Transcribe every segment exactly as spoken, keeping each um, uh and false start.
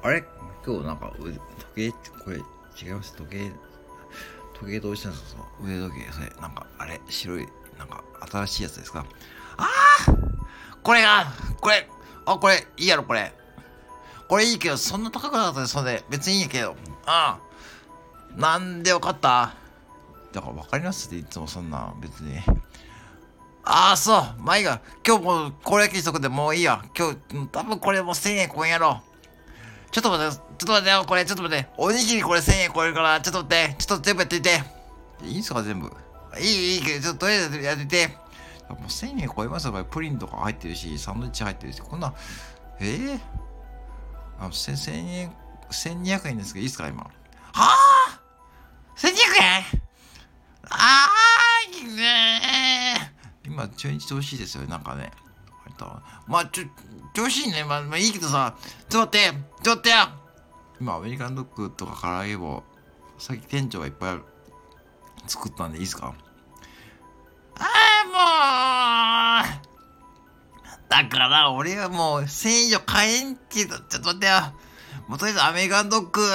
あれ今日なんか腕時計これ違います。時計時計どうしたんですか。腕時計それなんかあれ白いなんか新しいやつですか。ああこれがこれあこれいいやろこれこれいいけどそんな高くなかったです。それで別にいいけどああなんでわかっただからわかりますっていつもそんな別にああそうまあいいが今日もうこれだけにしとくでもういいや今日多分これもうせんえん超えんやろ。ちょっと待って、ちょっと待ってよ、これ、ちょっと待って。おにぎりこれせんえん超えるから、ちょっと待って、ちょっと全部やってみて。いいんすか、全部。いい、いいけど、ちょっととりあえずやってみて。もうせんえん超えますよ、これ。プリンとか入ってるし、サンドイッチ入ってるし、こんな、えぇ、ー、あ、せんえん、せんにひゃくえんですけど、いいっすか、今。はぁ ?せんにひゃくえん あー、いいねー。今、中日調子いいですよね、なんかね。まあ、ちょ、調子いいね。まあ、まあ、いいけどさ、ちょっと待って、ちょっと待ってよ。今、アメリカンドッグとか唐揚げ棒、さっき店長がいっぱい作ったんでいいですか。ああ、もう。だから、俺はもう、せんえん以上買えんけど、ちょっと待ってよ。もうとりあえずアメリカンドッグ、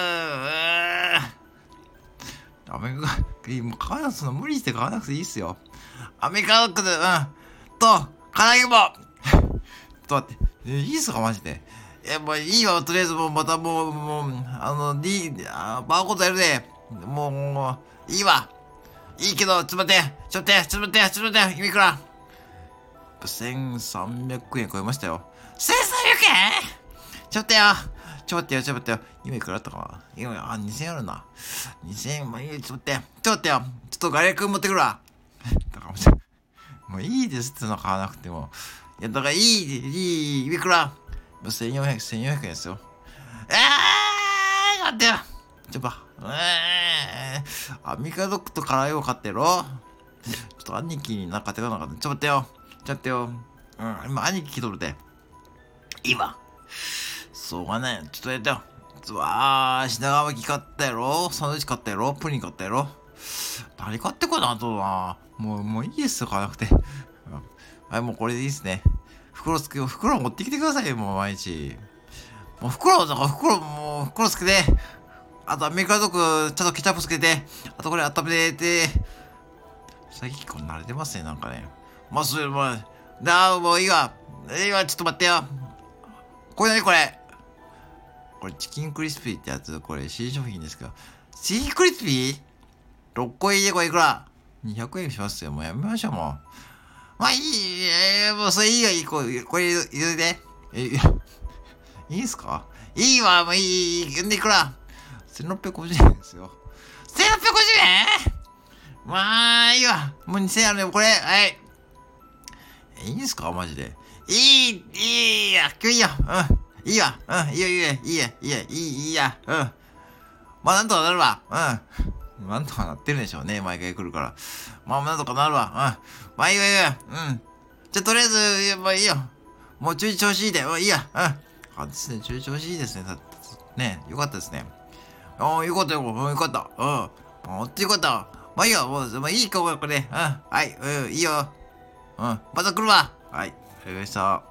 アメリカン、もう買わなくて無理して買わなくていいっすよ。アメリカンドッグで、うん。と、唐揚げ棒。ちょっと待って。え、いいっすかマジで。え、もういいわ。とりあえずもうまたもう、もう、あの、D、あバーコードやるで。もう、もう、いいわ。いいけど、ちょっと待って。ちょっと待って、ちょっと待って、ちょっと待って。今いくら ?せんさんびゃくえん超えましたよ。せんさんびゃくえんちょっとよ。ちょっと待ってよ、ちょっと待ってよ。今いくらだったかな今、あ、にせんえんあるな。にせんえん、まあいいよ、ちょっと待って。ちょっと待ってよ。ちょっとガレー君持ってくるわ。だから、もういいですっての買わなくても。いや、だからいい、いい、いくらせんよんひゃく、せんよんひゃくえんですよ。えー、待ってよ。ちょっと、えー、アミカドッグと唐揚げを買ってろ。ちょっと兄貴になんか買ってかなかった。ちょっと待ってよ。ちょっと待ってよ。うん、今兄貴来とるで。今。そうがない。ちょっとやってよ。うわー、品川巻き買ったやろ。サンドイッチ買ったやろ。プリン買ったやろ。何買ってこいな、あとな。もう、もういいですよ、買わなくて。はい、もうこれでいいっすね。袋つけ、袋持ってきてくださいよ、もう毎日。もう袋、だから袋、もう袋つけて。あとアメリカドッグ、ちょっとケチャップつけて。あとこれ温めて。最近こう慣れてますね、なんかね。まあ、それ、もう、だー、もういいわ。いいわ、ちょっと待ってよ。これ何これこれチキンクリスピーってやつ、これ新商品ですけど。チキンクリスピー ?ろっ 個入りでこれいくら ?にひゃく 円しますよ。もうやめましょう、もう。まあいい、えー、もうそれいいよ、いい、こう、これ入れて。え、いいんすかいいわ、もういい、いい、いくら ?せんろっぴゃくごじゅう 円ですよ。せんろっぴゃくごじゅうえんまあ、いいわ。もうにせんえんあるよ、これ。はい。え、いいんすかマジで。いい、いいや、今日いいよ。うん。いいわ。うん、いいよ、いいよ、いいや、いいや、いい、いいや。うん。まあ、なんとかなるわ。うん。なんとかなってるでしょうね。毎回来るから。まあ、なんとかなるわ。うん。まあ、いいわ、いいわ。うん。じゃ、とりあえず、まあ、いいよ。もう、ちょい調子いいで。うん、いいや。うん。あ、ですね。ちょい調子いいですね。ね、よかったですね。ああ、よかったよ。よかった。うん。ほんとよかった。まあ、いいよ。もう、まあ、いいか、これ。うん。はい。うん、いいよ。うん。また来るわ。はい。ありがとうございました。